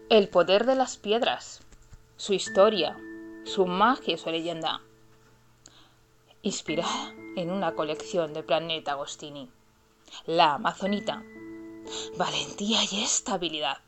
El poder de las piedras, su historia, su magia y su leyenda, inspirada en una colección de Planeta Agostini. La amazonita, valentía y estabilidad.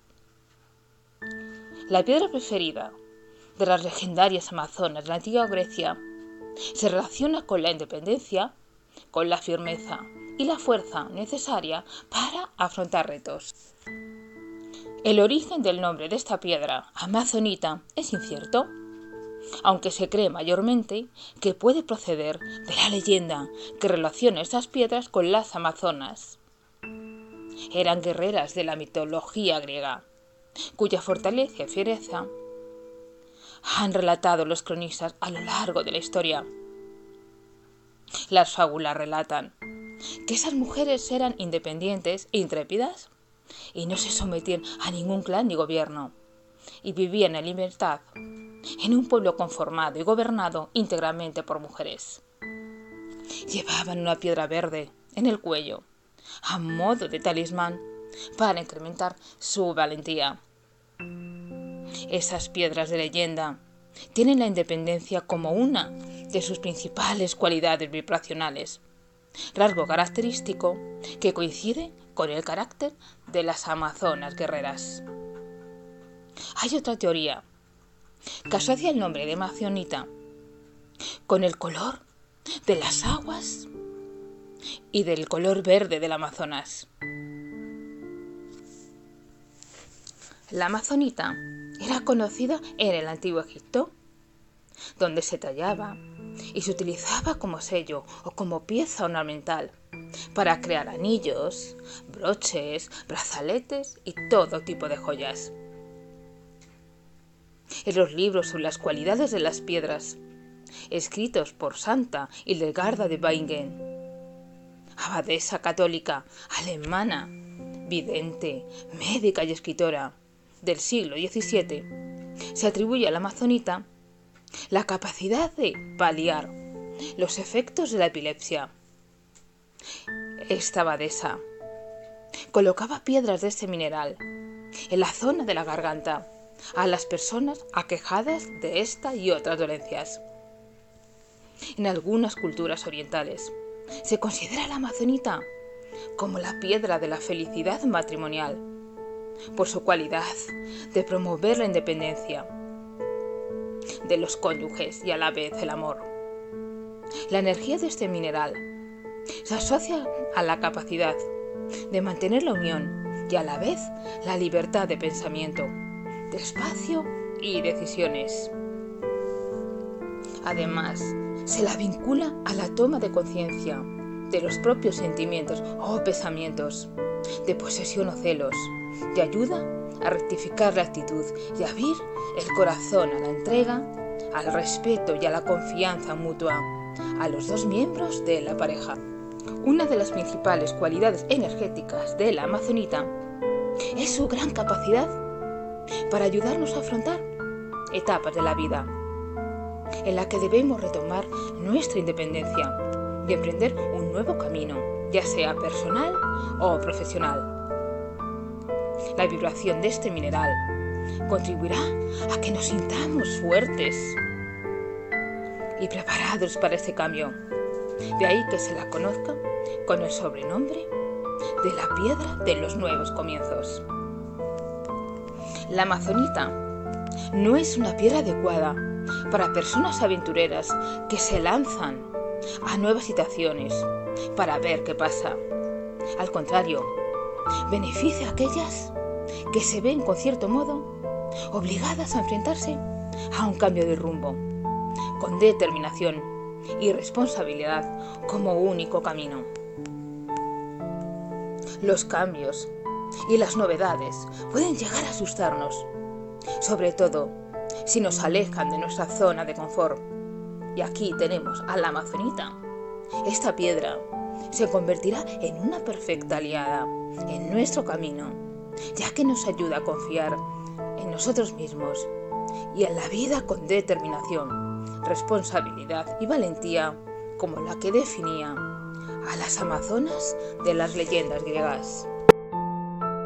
La piedra preferida de las legendarias amazonas de la antigua Grecia se relaciona con la independencia, con la firmeza y la fuerza necesaria para afrontar retos. El origen del nombre de esta piedra, amazonita, es incierto, aunque se cree mayormente que puede proceder de la leyenda que relaciona estas piedras con las amazonas. Eran guerreras de la mitología griega, cuya fortaleza y fiereza han relatado los cronistas a lo largo de la historia. Las fábulas relatan que esas mujeres eran independientes e intrépidas y no se sometían a ningún clan ni gobierno, y vivían en libertad en un pueblo conformado y gobernado íntegramente por mujeres. Llevaban una piedra verde en el cuello, a modo de talismán, para incrementar su valentía. Esas piedras de leyenda tienen la independencia como una de sus principales cualidades vibracionales, rasgo característico que coincide con el carácter de las amazonas guerreras. Hay otra teoría que asocia el nombre de amazonita con el color de las aguas y del color verde del Amazonas. La amazonita era conocida en el antiguo Egipto, donde se tallaba y se utilizaba como sello o como pieza ornamental para crear anillos, broches, brazaletes y todo tipo de joyas. En los libros sobre las cualidades de las piedras, escritos por Santa Hildegarda de Bingen, abadesa católica alemana, vidente, médica y escritora del siglo XVII, se atribuye a la amazonita la capacidad de paliar los efectos de la epilepsia. Esta abadesa colocaba piedras de este mineral en la zona de la garganta a las personas aquejadas de esta y otras dolencias. En algunas culturas orientales se considera la amazonita como la piedra de la felicidad matrimonial, por su cualidad de promover la independencia de los cónyuges y a la vez el amor. La energía de este mineral se asocia a la capacidad de mantener la unión y a la vez la libertad de pensamiento, de espacio y decisiones. Además, se la vincula a la toma de conciencia de los propios sentimientos o pensamientos, de posesión o celos, de ayuda a rectificar la actitud y abrir el corazón a la entrega, al respeto y a la confianza mutua a los dos miembros de la pareja. Una de las principales cualidades energéticas de la amazonita es su gran capacidad para ayudarnos a afrontar etapas de la vida en la que debemos retomar nuestra independencia y emprender un nuevo camino, ya sea personal o profesional. La vibración de este mineral contribuirá a que nos sintamos fuertes y preparados para este cambio. De ahí que se la conozca con el sobrenombre de la piedra de los nuevos comienzos. La amazonita no es una piedra adecuada para personas aventureras que se lanzan a nuevas situaciones para ver qué pasa. Al contrario, beneficia a aquellas que se ven, con cierto modo, obligadas a enfrentarse a un cambio de rumbo, con determinación y responsabilidad como único camino. Los cambios y las novedades pueden llegar a asustarnos, sobre todo si nos alejan de nuestra zona de confort. Y aquí tenemos a la amazonita. Esta piedra se convertirá en una perfecta aliada en nuestro camino, ya que nos ayuda a confiar en nosotros mismos y en la vida con determinación, responsabilidad y valentía, como la que definía a las amazonas de las leyendas griegas.